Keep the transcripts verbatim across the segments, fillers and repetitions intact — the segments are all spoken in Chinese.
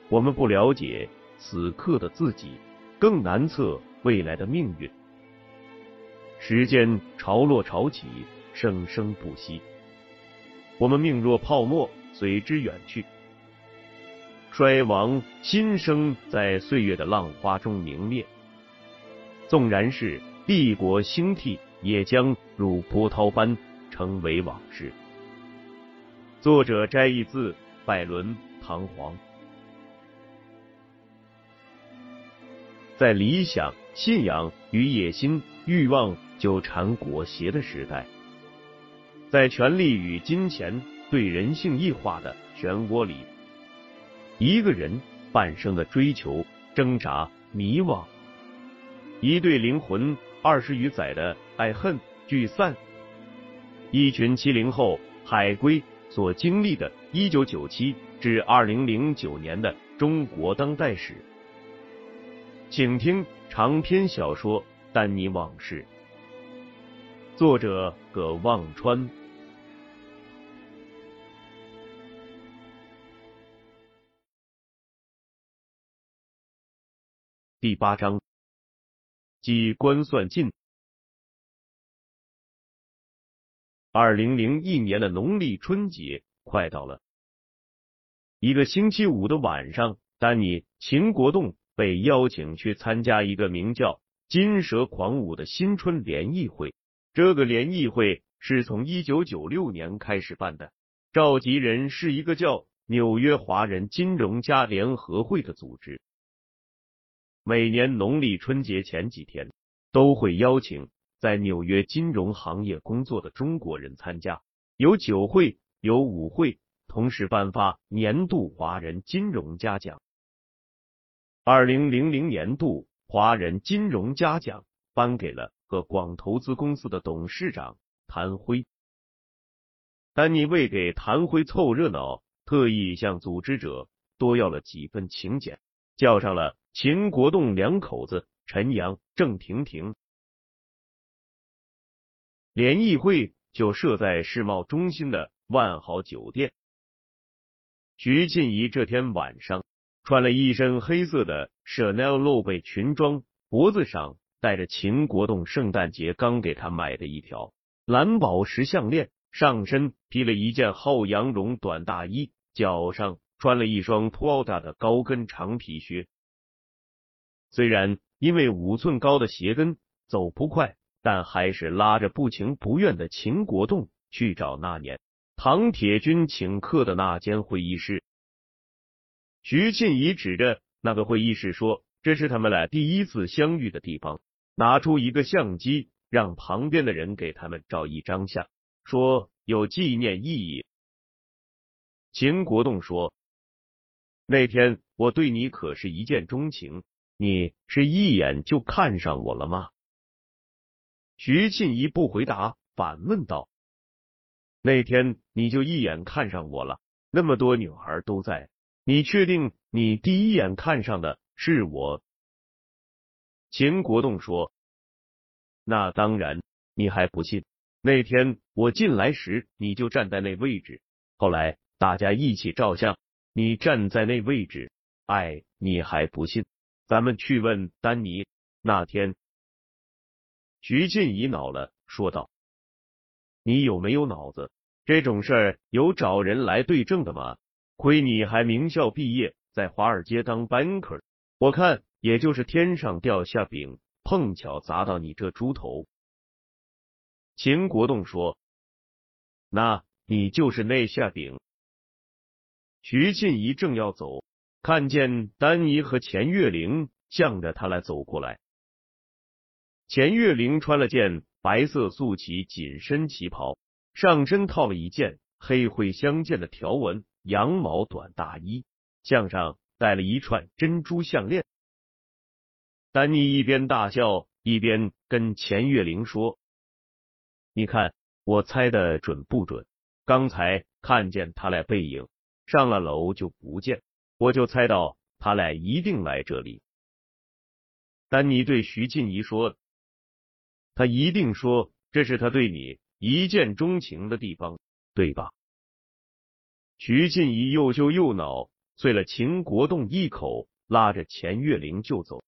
我们不了解此刻的自己，更难测未来的命运。时间潮落潮起，生生不息。我们命若泡沫，随之远去。衰亡新生在岁月的浪花中明灭。纵然是帝国兴替，也将如波涛般成为往事。作者摘译自拜伦·唐璜。在理想、信仰与野心、欲望纠缠裹挟的时代，在权力与金钱对人性异化的漩涡里，一个人半生的追求、挣扎、迷惘，一对灵魂二十余载的爱恨聚散，一群七零后海归所经历的一九九七至二零零九年的中国当代史。请听长篇小说《丹尼往事》，作者葛望川。第八章，机关算尽。二零零一年的农历春节快到了。一个星期五的晚上，丹尼、秦国栋被邀请去参加一个名叫金蛇狂舞的新春联谊会。这个联谊会是从一九九六年开始办的，召集人是一个叫纽约华人金融家联合会的组织。每年农历春节前几天，都会邀请在纽约金融行业工作的中国人参加，有酒会，有舞会，同时颁发年度华人金融家奖。二零零零年度华人金融家奖颁给了个广投资公司的董事长谭辉。丹尼为给谭辉凑热闹，特意向组织者多要了几份请柬，叫上了秦国栋两口子、陈阳、郑婷婷。联谊会就设在世贸中心的万豪酒店。徐静怡这天晚上穿了一身黑色的 Chanel 露背裙装，脖子上戴着秦国栋圣诞节刚给他买的一条蓝宝石项链，上身披了一件厚羊绒短大衣，脚上穿了一双 Prada 的高跟长皮靴。虽然因为五寸高的鞋跟走不快，但还是拉着不情不愿的秦国栋去找那年唐铁军请客的那间会议室。徐庆怡指着那个会议室说，这是他们俩第一次相遇的地方，拿出一个相机，让旁边的人给他们照一张相，说有纪念意义。秦国栋说，那天我对你可是一见钟情，你是一眼就看上我了吗？徐庆怡不回答，反问道，那天你就一眼看上我了，那么多女孩都在，你确定你第一眼看上的是我？秦国栋说，那当然，你还不信？那天我进来时你就站在那位置，后来大家一起照相，你站在那位置，哎，你还不信？咱们去问丹尼。那天徐静怡恼了，说道，你有没有脑子？这种事儿有找人来对证的吗？亏你还名校毕业，在华尔街当 banker， 我看也就是天上掉下饼，碰巧砸到你这猪头。秦国栋说，那你就是那下饼。徐静怡正要走，看见丹尼和钱月玲向着他来走过来。钱月玲穿了件白色素旗紧身旗袍，上身套了一件黑灰相间的条纹羊毛短大衣，项上戴了一串珍珠项链。丹尼一边大笑，一边跟钱月玲说，你看我猜的准不准？刚才看见他俩背影，上了楼就不见，我就猜到他俩一定来这里。丹尼对徐静怡说，他一定说这是他对你一见钟情的地方，对吧？徐静怡又羞又恼， 啐了秦国栋一口，拉着钱月玲就走。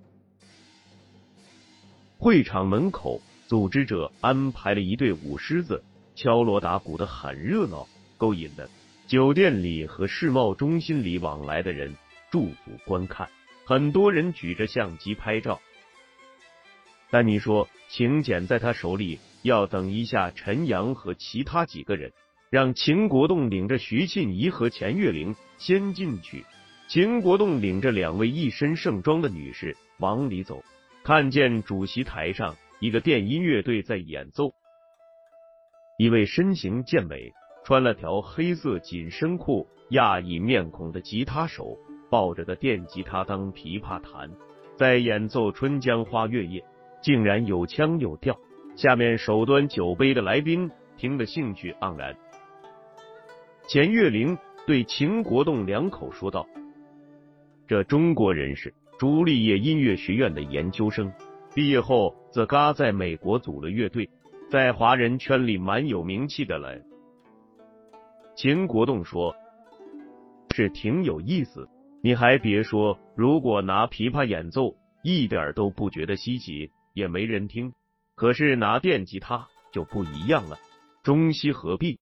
会场门口，组织者安排了一队舞狮子，敲锣打鼓的很热闹，勾引的酒店里和世贸中心里往来的人驻足观看，很多人举着相机拍照。丹尼说请柬在他手里，要等一下陈阳和其他几个人，让秦国栋领着徐庆怡和钱月玲先进去。秦国栋领着两位一身盛装的女士往里走，看见主席台上一个电音乐队在演奏，一位身形健美、穿了条黑色紧身裤、亚裔面孔的吉他手抱着个电吉他当琵琶弹，在演奏《春江花月夜》，竟然有腔有调。下面手端酒杯的来宾听得兴趣盎然。钱月玲对秦国栋两口说道：“这中国人是朱丽叶音乐学院的研究生，毕业后则嘎在美国组了乐队，在华人圈里蛮有名气的了。”秦国栋说：“是挺有意思，你还别说，如果拿琵琶演奏，一点都不觉得稀奇，也没人听。可是拿电吉他就不一样了，中西合璧。”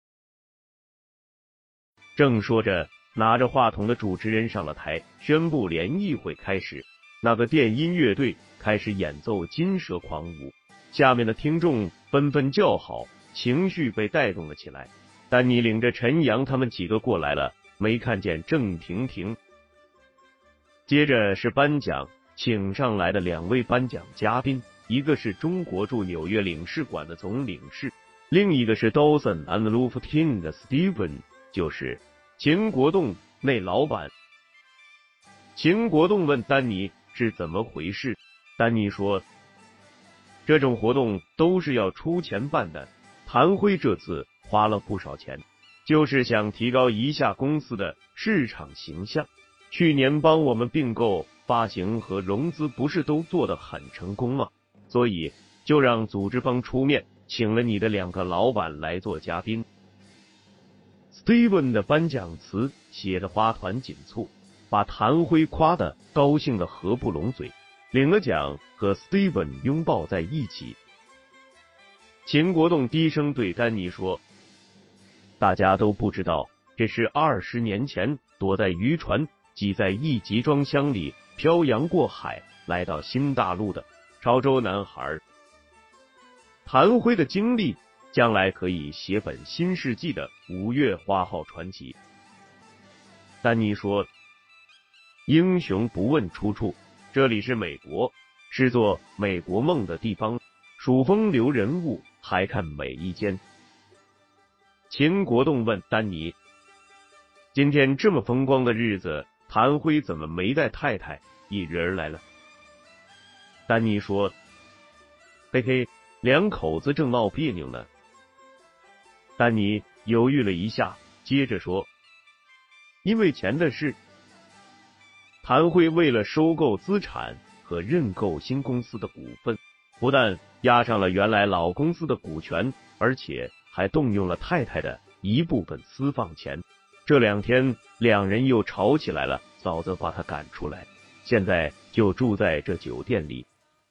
正说着，拿着话筒的主持人上了台，宣布联谊会开始。那个电音乐队开始演奏金蛇狂舞，下面的听众纷纷叫好，情绪被带动了起来。丹尼领着陈阳他们几个过来了，没看见郑婷婷。接着是颁奖，请上来的两位颁奖嘉宾，一个是中国驻纽约领事馆的总领事，另一个是 Dawson and Lufkin 的 Steven， 就是秦国栋那老板。秦国栋问丹尼是怎么回事，丹尼说这种活动都是要出钱办的，谭辉这次花了不少钱，就是想提高一下公司的市场形象。去年帮我们并购、发行和融资不是都做得很成功吗？所以就让组织方出面，请了你的两个老板来做嘉宾。Steven 的颁奖词写得花团锦簇，把谭辉夸得高兴得合不拢嘴，领了奖和 Steven 拥抱在一起。秦国栋低声对丹尼说：“大家都不知道，这是二十年前躲在渔船挤在一集装箱里漂洋过海来到新大陆的潮州男孩。谭辉的经历将来可以写本新世纪的五月花号传奇。”丹尼说：“英雄不问出处，这里是美国，是做美国梦的地方，数风流人物，还看每一间。”秦国栋问丹尼：“今天这么风光的日子，谭辉怎么没带太太一人来了？”丹尼说：“嘿嘿，两口子正闹别扭呢。”丹尼犹豫了一下，接着说：“因为钱的事。谭辉为了收购资产和认购新公司的股份，不但押上了原来老公司的股权，而且还动用了太太的一部分私房钱。这两天两人又吵起来了，嫂子把他赶出来，现在就住在这酒店里。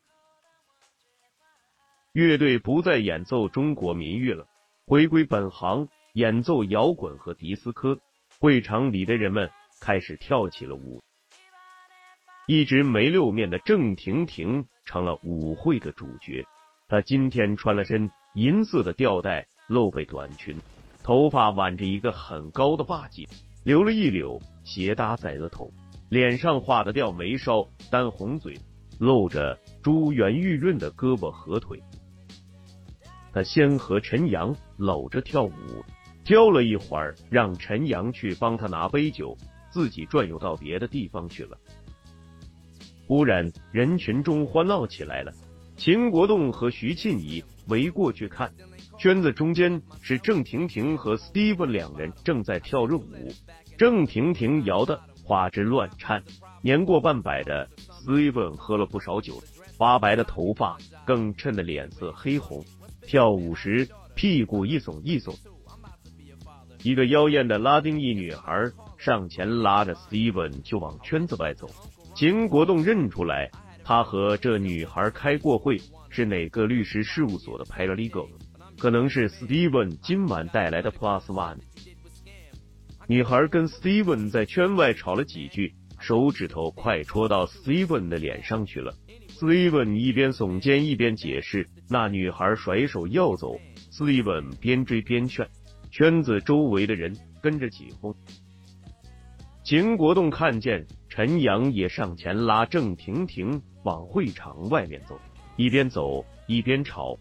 乐队不再演奏中国民乐了，回归本行，演奏摇滚和迪斯科。会场里的人们开始跳起了舞。一直没露面的郑婷婷成了舞会的主角。她今天穿了身银色的吊带露背短裙，头发挽着一个很高的发髻，留了一绺斜搭在额头，脸上画的吊眉梢，单红嘴，露着珠圆玉润的胳膊和腿。他先和陈阳搂着跳舞，跳了一会儿，让陈阳去帮他拿杯酒，自己转悠到别的地方去了。忽然人群中欢闹起来了，秦国栋和徐庆怡围过去看，圈子中间是郑婷婷和 Steven 两人正在跳热舞。郑婷婷摇得花枝乱颤，年过半百的 Steven 喝了不少酒，花白的头发更衬得脸色黑红，跳舞时屁股一耸一耸。一个妖艳的拉丁裔女孩上前拉着 Steven 就往圈子外走。秦国栋认出来，他和这女孩开过会，是哪个律师事务所的 Paralegal， 可能是 Steven 今晚带来的 Plus One。女孩跟 Steven 在圈外吵了几句，手指头快戳到 Steven 的脸上去了。Steven 一边耸肩一边解释，那女孩甩手要走， Steven 边追边劝，圈子周围的人跟着起哄。秦国栋看见陈阳也上前拉郑婷婷往会场外面走，一边走一边吵。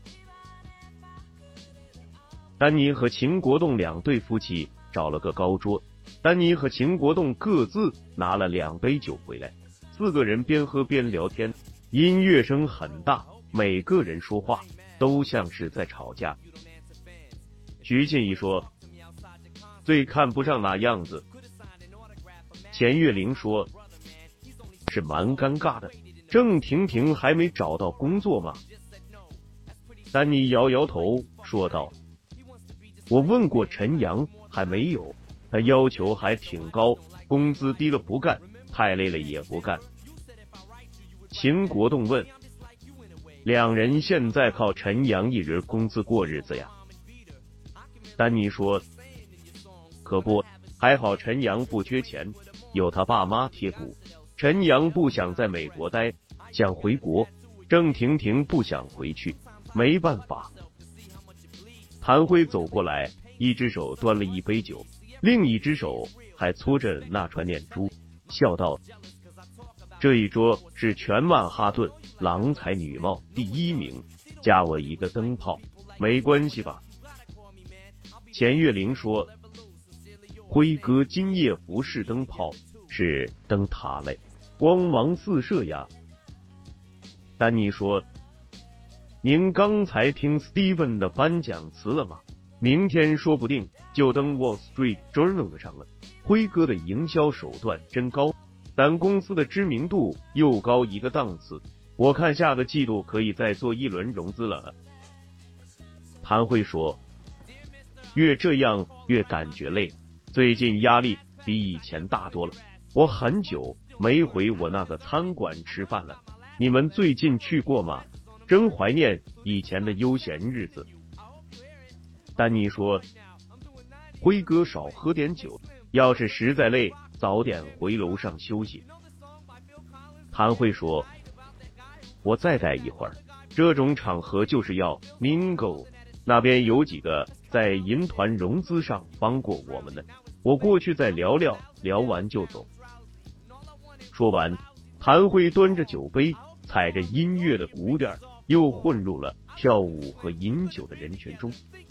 丹尼和秦国栋两对夫妻找了个高桌，丹尼和秦国栋各自拿了两杯酒回来，四个人边喝边聊天，音乐声很大，每个人说话都像是在吵架。徐静怡说，最看不上那样子。钱月玲说，是蛮尴尬的，郑婷婷还没找到工作吗？丹尼摇摇头说道，我问过陈阳，还没有，他要求还挺高，工资低了不干，太累了也不干。秦国栋问，两人现在靠陈阳一人工资过日子呀？丹尼说，可不，还好陈阳不缺钱，有他爸妈贴补。陈阳不想在美国待，想回国，郑婷婷不想回去，没办法。谭辉走过来，一只手端了一杯酒，另一只手还搓着那串念珠，笑道，这一桌是全曼哈顿郎才女貌第一名，加我一个灯泡，没关系吧？钱月玲说，辉哥今夜不是灯泡，是灯塔嘞，光芒四射呀。丹尼说，您刚才听 Steven 的颁奖词了吗？明天说不定就登 Wall Street Journal 上了。辉哥的营销手段真高，咱公司的知名度又高一个档次，我看下个季度可以再做一轮融资了。谭辉说，越这样越感觉累，最近压力比以前大多了，我很久没回我那个餐馆吃饭了，你们最近去过吗？真怀念以前的悠闲日子。丹尼说，辉哥少喝点酒，要是实在累，早点回楼上休息。谭慧说，我再待一会儿，这种场合就是要 mingle， 那边有几个在银团融资上帮过我们的，我过去再聊聊，聊完就走。说完，谭辉端着酒杯，踩着音乐的鼓点，又混入了跳舞和饮酒的人群中。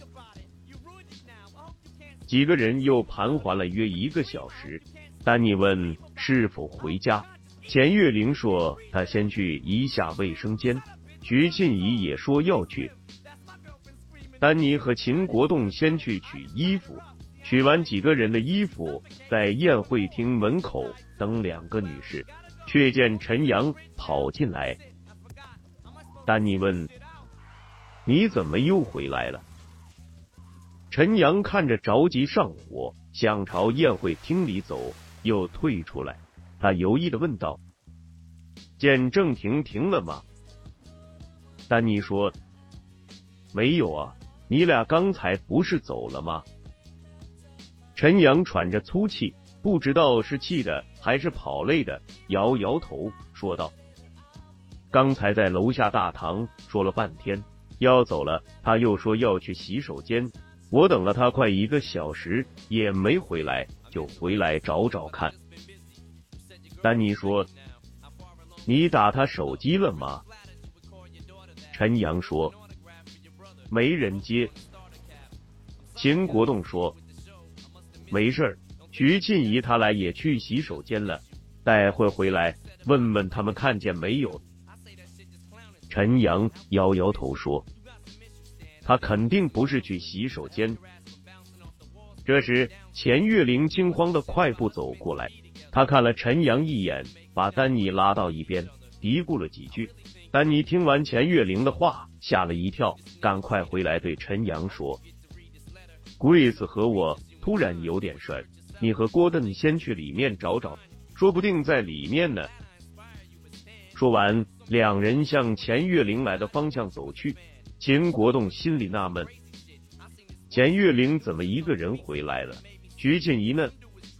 几个人又盘桓了约一个小时，丹尼问是否回家，钱月玲说他先去一下卫生间，徐庆怡也说要去。丹尼和秦国栋先去取衣服，取完几个人的衣服，在宴会厅门口等两个女士，却见陈阳跑进来。丹尼问，你怎么又回来了？陈阳看着着急上火，想朝宴会厅里走，又退出来。他犹豫地问道，见郑婷婷了吗？丹尼说，没有啊，你俩刚才不是走了吗？陈阳喘着粗气，不知道是气的还是跑累的，摇摇头说道，刚才在楼下大堂说了半天，要走了，他又说要去洗手间，我等了他快一个小时也没回来，就回来找找看。丹尼说，你打他手机了吗？陈阳说，没人接。秦国栋说，没事儿，徐庆怡他俩也去洗手间了，待会回来问问他们看见没有。陈阳摇摇头说，他肯定不是去洗手间。这时钱月玲惊慌的快步走过来，他看了陈阳一眼，把丹尼拉到一边，嘀咕了几句。丹尼听完钱月玲的话，吓了一跳，赶快回来对陈阳说， Grace 和我突然有点事儿， 你和郭邓先去里面找找，说不定在里面呢。说完，两人向钱月玲来的方向走去。秦国栋心里纳闷，钱月玲怎么一个人回来了？徐静怡呢？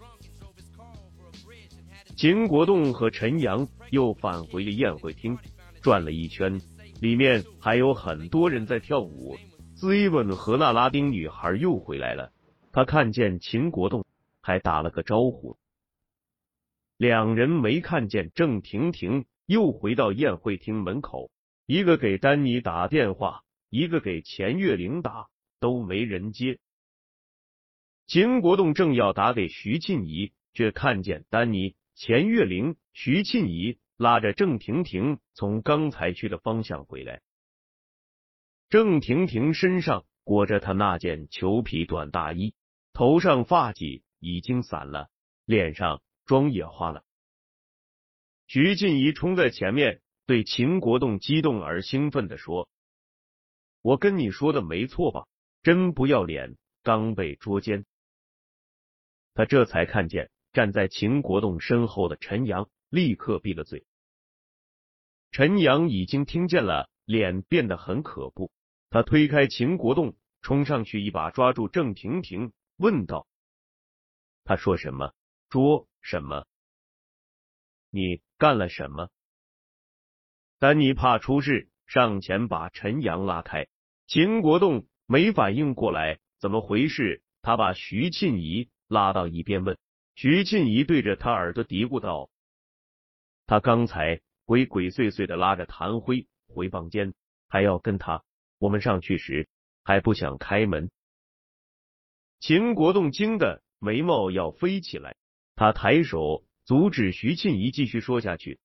秦国栋和陈阳又返回了宴会厅，转了一圈，里面还有很多人在跳舞。斯伊文和那拉丁女孩又回来了，他看见秦国栋，还打了个招呼。两人没看见郑婷婷，又回到宴会厅门口，一个给丹尼打电话，一个给钱月玲打，都没人接。秦国栋正要打给徐庆怡，却看见丹尼、钱月玲、徐庆怡拉着郑婷婷从刚才去的方向回来。郑婷婷身上裹着她那件裘皮短大衣，头上发髻已经散了，脸上妆也花了。徐静怡冲在前面，对秦国栋激动而兴奋地说：“我跟你说的没错吧？真不要脸，刚被捉奸。”他这才看见站在秦国栋身后的陈阳，立刻闭了嘴。陈阳已经听见了，脸变得很可怖。他推开秦国栋，冲上去一把抓住郑婷婷，问道：“他说什么？捉什么？你干了什么？”丹尼怕出事，上前把陈阳拉开。秦国栋没反应过来怎么回事，他把徐庆怡拉到一边问。徐庆怡对着他耳朵嘀咕道：“他刚才鬼鬼祟祟的拉着谭辉回房间，还要跟他，我们上去时还不想开门。”秦国栋惊得眉毛要飞起来，他抬手阻止徐庆怡继续说下去。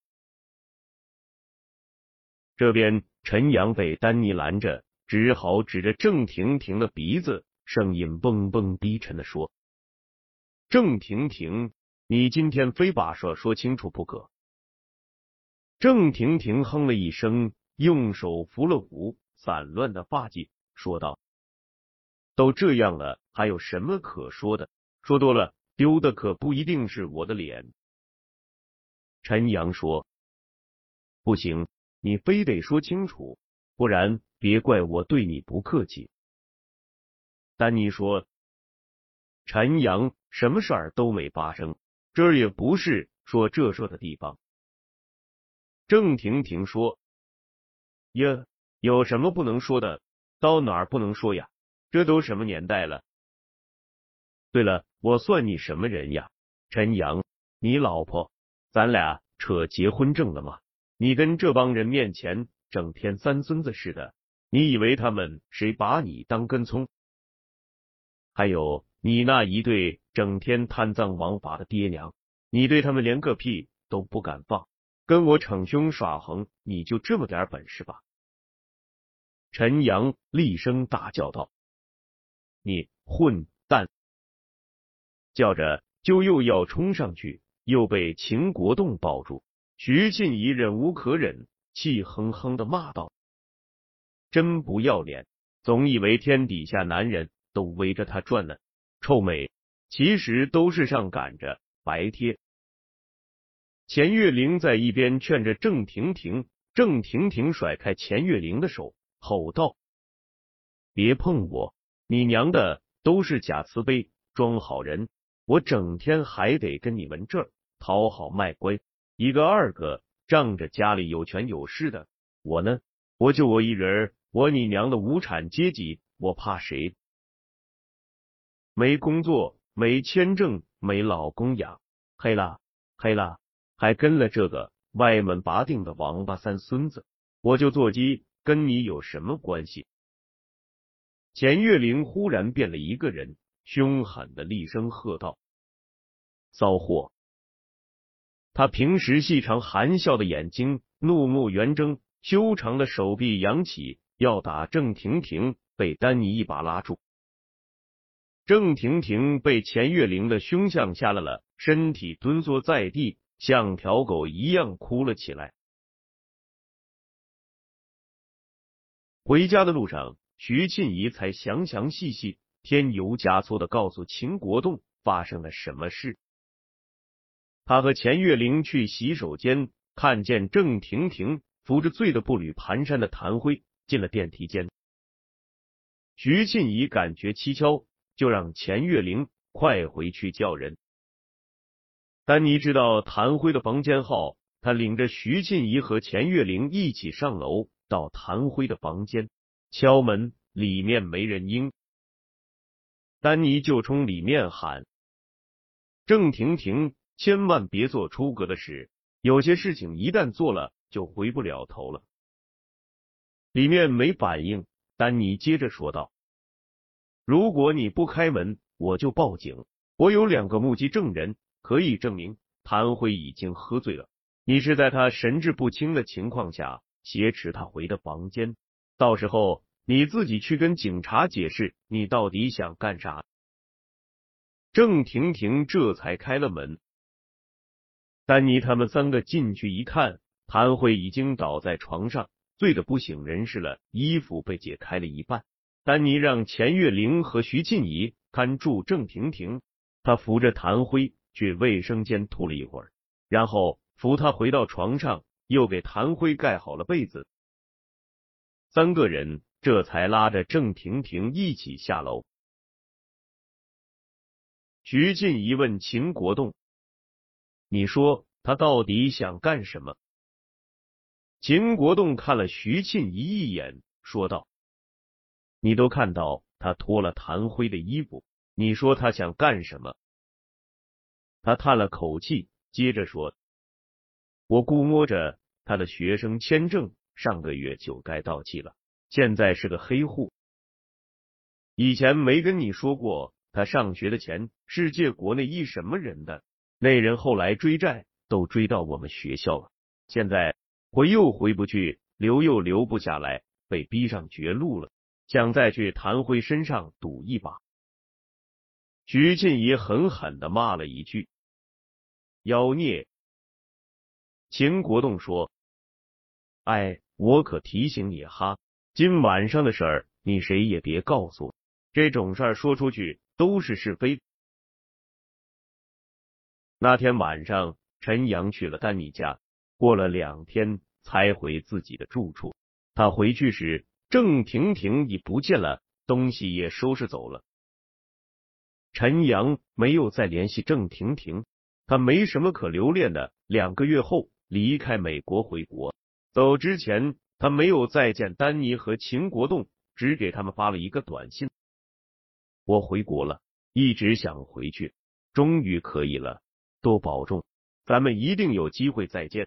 这边陈阳被丹尼拦着，只好指着郑婷婷的鼻子，声音嘣嘣低沉的说：“郑婷婷，你今天非把事说清楚不可。”郑婷婷哼了一声，用手扶了扶散乱的发髻，说道：“都这样了，还有什么可说的？说多了，丢的可不一定是我的脸。”陈阳说：“不行，你非得说清楚，不然别怪我对你不客气。”丹尼说：“陈阳，什么事儿都没发生，这儿也不是说这说的地方。”郑婷婷说：“呀，有什么不能说的？到哪儿不能说呀？这都什么年代了？对了，我算你什么人呀？陈阳，你老婆，咱俩扯结婚证了吗？你跟这帮人面前整天三孙子似的，你以为他们谁把你当根葱？还有你那一对整天贪赃枉法的爹娘，你对他们连个屁都不敢放，跟我逞凶耍横，你就这么点本事吧？”陈阳厉声大叫道：“你混蛋！”叫着就又要冲上去，又被秦国栋抱住。徐庆怡忍无可忍，气哼哼的骂道：“真不要脸，总以为天底下男人都围着他转呢，臭美，其实都是上赶着白贴。”钱月玲在一边劝着郑婷婷，郑婷婷甩开钱月玲的手，吼道：“别碰我，你娘的都是假慈悲装好人，我整天还得跟你们这儿讨好卖乖，一个二个仗着家里有权有势的，我呢，我就我一人，我你娘的无产阶级，我怕谁？没工作，没签证，没老公养，黑啦黑啦，还跟了这个歪门拔腚的王八三孙子，我就做鸡，跟你有什么关系？”钱月玲忽然变了一个人，凶狠的厉声喝道：“骚货！”他平时细长含笑的眼睛怒目圆睁，修长的手臂扬起，要打郑婷婷，被丹尼一把拉住。郑婷婷被钱月玲的凶相吓了了，身体蹲缩在地，像条狗一样哭了起来。回家的路上，徐庆怡才详详细细、添油加醋的告诉秦国栋发生了什么事。他和钱月玲去洗手间，看见郑婷婷扶着醉得步履蹒跚的谭辉进了电梯间。徐庆怡感觉蹊跷，就让钱月玲快回去叫人。丹尼知道谭辉的房间号，他领着徐庆怡和钱月玲一起上楼到谭辉的房间，敲门，里面没人应。丹尼就冲里面喊：“郑婷婷，千万别做出格的事，有些事情一旦做了就回不了头了。”里面没反应，丹尼接着说道：“如果你不开门，我就报警。我有两个目击证人，可以证明谭辉已经喝醉了。你是在他神志不清的情况下挟持他回的房间，到时候你自己去跟警察解释你到底想干啥。”郑婷婷这才开了门。丹尼他们三个进去一看，谭辉已经倒在床上，醉得不省人事了，衣服被解开了一半。丹尼让钱月玲和徐庆怡看住郑婷婷，他扶着谭辉去卫生间吐了一会儿，然后扶他回到床上，又给谭辉盖好了被子。三个人这才拉着郑婷婷一起下楼。徐庆怡问秦国栋：“你说他到底想干什么？”秦国栋看了徐庆怡一眼，说道：“你都看到他脱了谭辉的衣服，你说他想干什么？”他叹了口气，接着说：“我估摸着他的学生签证上个月就该到期了，现在是个黑户。以前没跟你说过，他上学的钱是借国内一什么人的，那人后来追债都追到我们学校了，现在回又回不去，留又留不下来，被逼上绝路了，想再去谭辉身上赌一把。”徐庆怡狠狠地骂了一句：“妖孽！”秦国栋说：“哎，我可提醒你哈，今晚上的事儿你谁也别告诉，这种事儿说出去都是是非。”那天晚上，陈阳去了丹尼家，过了两天才回自己的住处。他回去时，郑婷婷已不见了，东西也收拾走了。陈阳没有再联系郑婷婷，他没什么可留恋的。两个月后离开美国回国，走之前他没有再见丹尼和秦国栋，只给他们发了一个短信：“我回国了，一直想回去，终于可以了，多保重，咱们一定有机会再见。”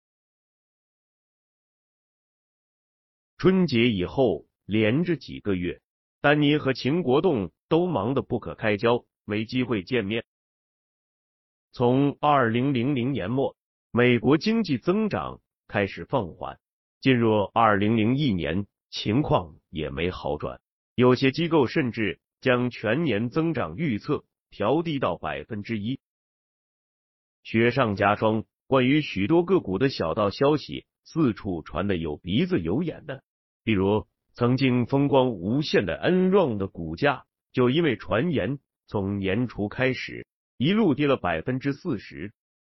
春节以后连着几个月，丹尼和秦国栋都忙得不可开交，没机会见面。从二零零零年末，美国经济增长开始放缓，进入二零零一年，情况也没好转，有些机构甚至将全年增长预测调低到百分之一。雪上加霜，关于许多个股的小道消息四处传得有鼻子有眼的，比如曾经风光无限的 Enron 的股价，就因为传言从年初开始一路跌了百分之四十。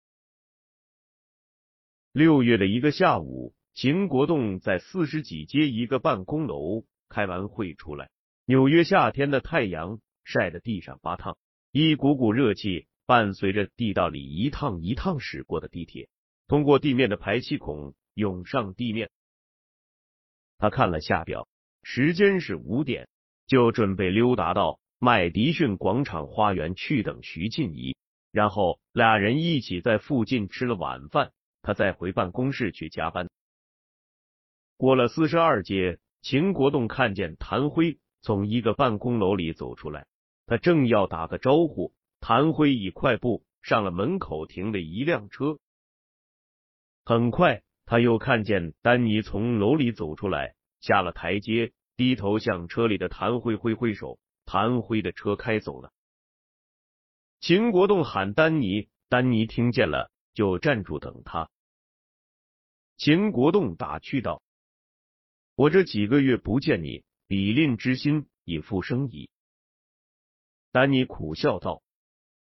六月的一个下午，秦国栋在四十几街一个办公楼开完会出来，纽约夏天的太阳晒得地上发烫，一股股热气伴随着地道里一趟一趟驶过的地铁，通过地面的排气孔涌上地面。他看了下表，时间是五点，就准备溜达到麦迪逊广场花园去等徐静怡，然后俩人一起在附近吃了晚饭，他再回办公室去加班。过了四十二街，秦国栋看见谭辉从一个办公楼里走出来，他正要打个招呼，谭辉已快步上了门口停的一辆车。很快他又看见丹尼从楼里走出来，下了台阶，低头向车里的谭辉挥挥手，谭辉的车开走了。秦国栋喊丹尼，丹尼听见了，就站住等他。秦国栋打趣道：“我这几个月不见你，比邻之心已复生矣。”丹尼苦笑道：“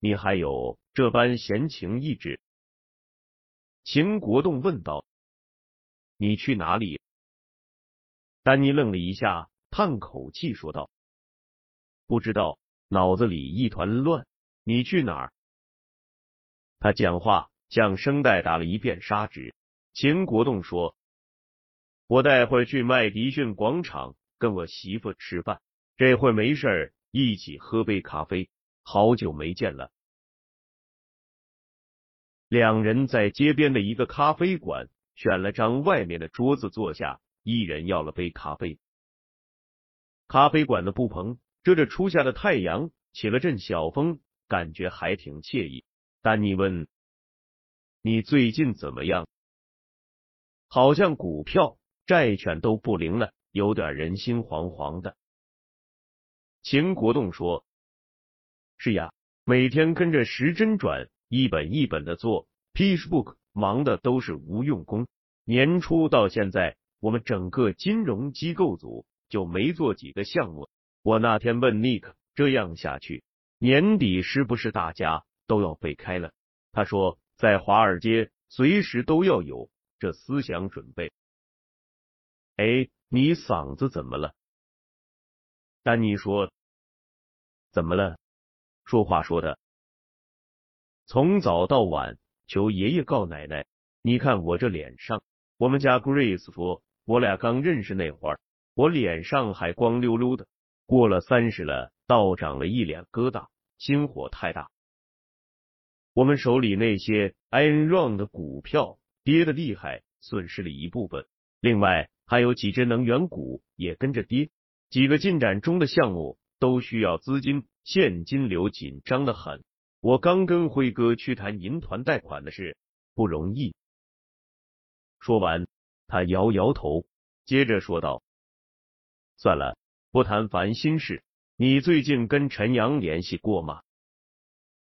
你还有这般闲情逸致？秦国栋问道。你去哪里？丹尼愣了一下，叹口气说道：不知道，脑子里一团乱。你去哪儿？他讲话像声带打了一遍砂纸。秦国栋说：我待会儿去麦迪逊广场跟我媳妇吃饭，这会没事儿一起喝杯咖啡，好久没见了。两人在街边的一个咖啡馆选了张外面的桌子坐下，一人要了杯咖啡。咖啡馆的布棚遮着初夏的太阳，起了阵小风，感觉还挺惬意。丹尼问：你最近怎么样？好像股票、债券都不灵了，有点人心惶惶的。秦国栋说：是呀，每天跟着时针转，一本一本的做 Pitchbook， 忙的都是无用功。年初到现在，我们整个金融机构组就没做几个项目。我那天问 Nick， 这样下去，年底是不是大家都要被开了？他说，在华尔街随时都要有这思想准备。哎，你嗓子怎么了？丹尼说。怎么了？说话说的，从早到晚求爷爷告奶奶。你看我这脸上，我们家 Grace 说，我俩刚认识那会儿，我脸上还光溜溜的，过了三十了，倒长了一脸疙瘩，心火太大。我们手里那些 Enron 的股票跌得厉害，损失了一部分，另外还有几只能源股也跟着跌，几个进展中的项目都需要资金，现金流紧张的很。我刚跟辉哥去谈银团贷款的事，不容易。说完，他摇摇头，接着说道：算了，不谈烦心事。你最近跟陈阳联系过吗？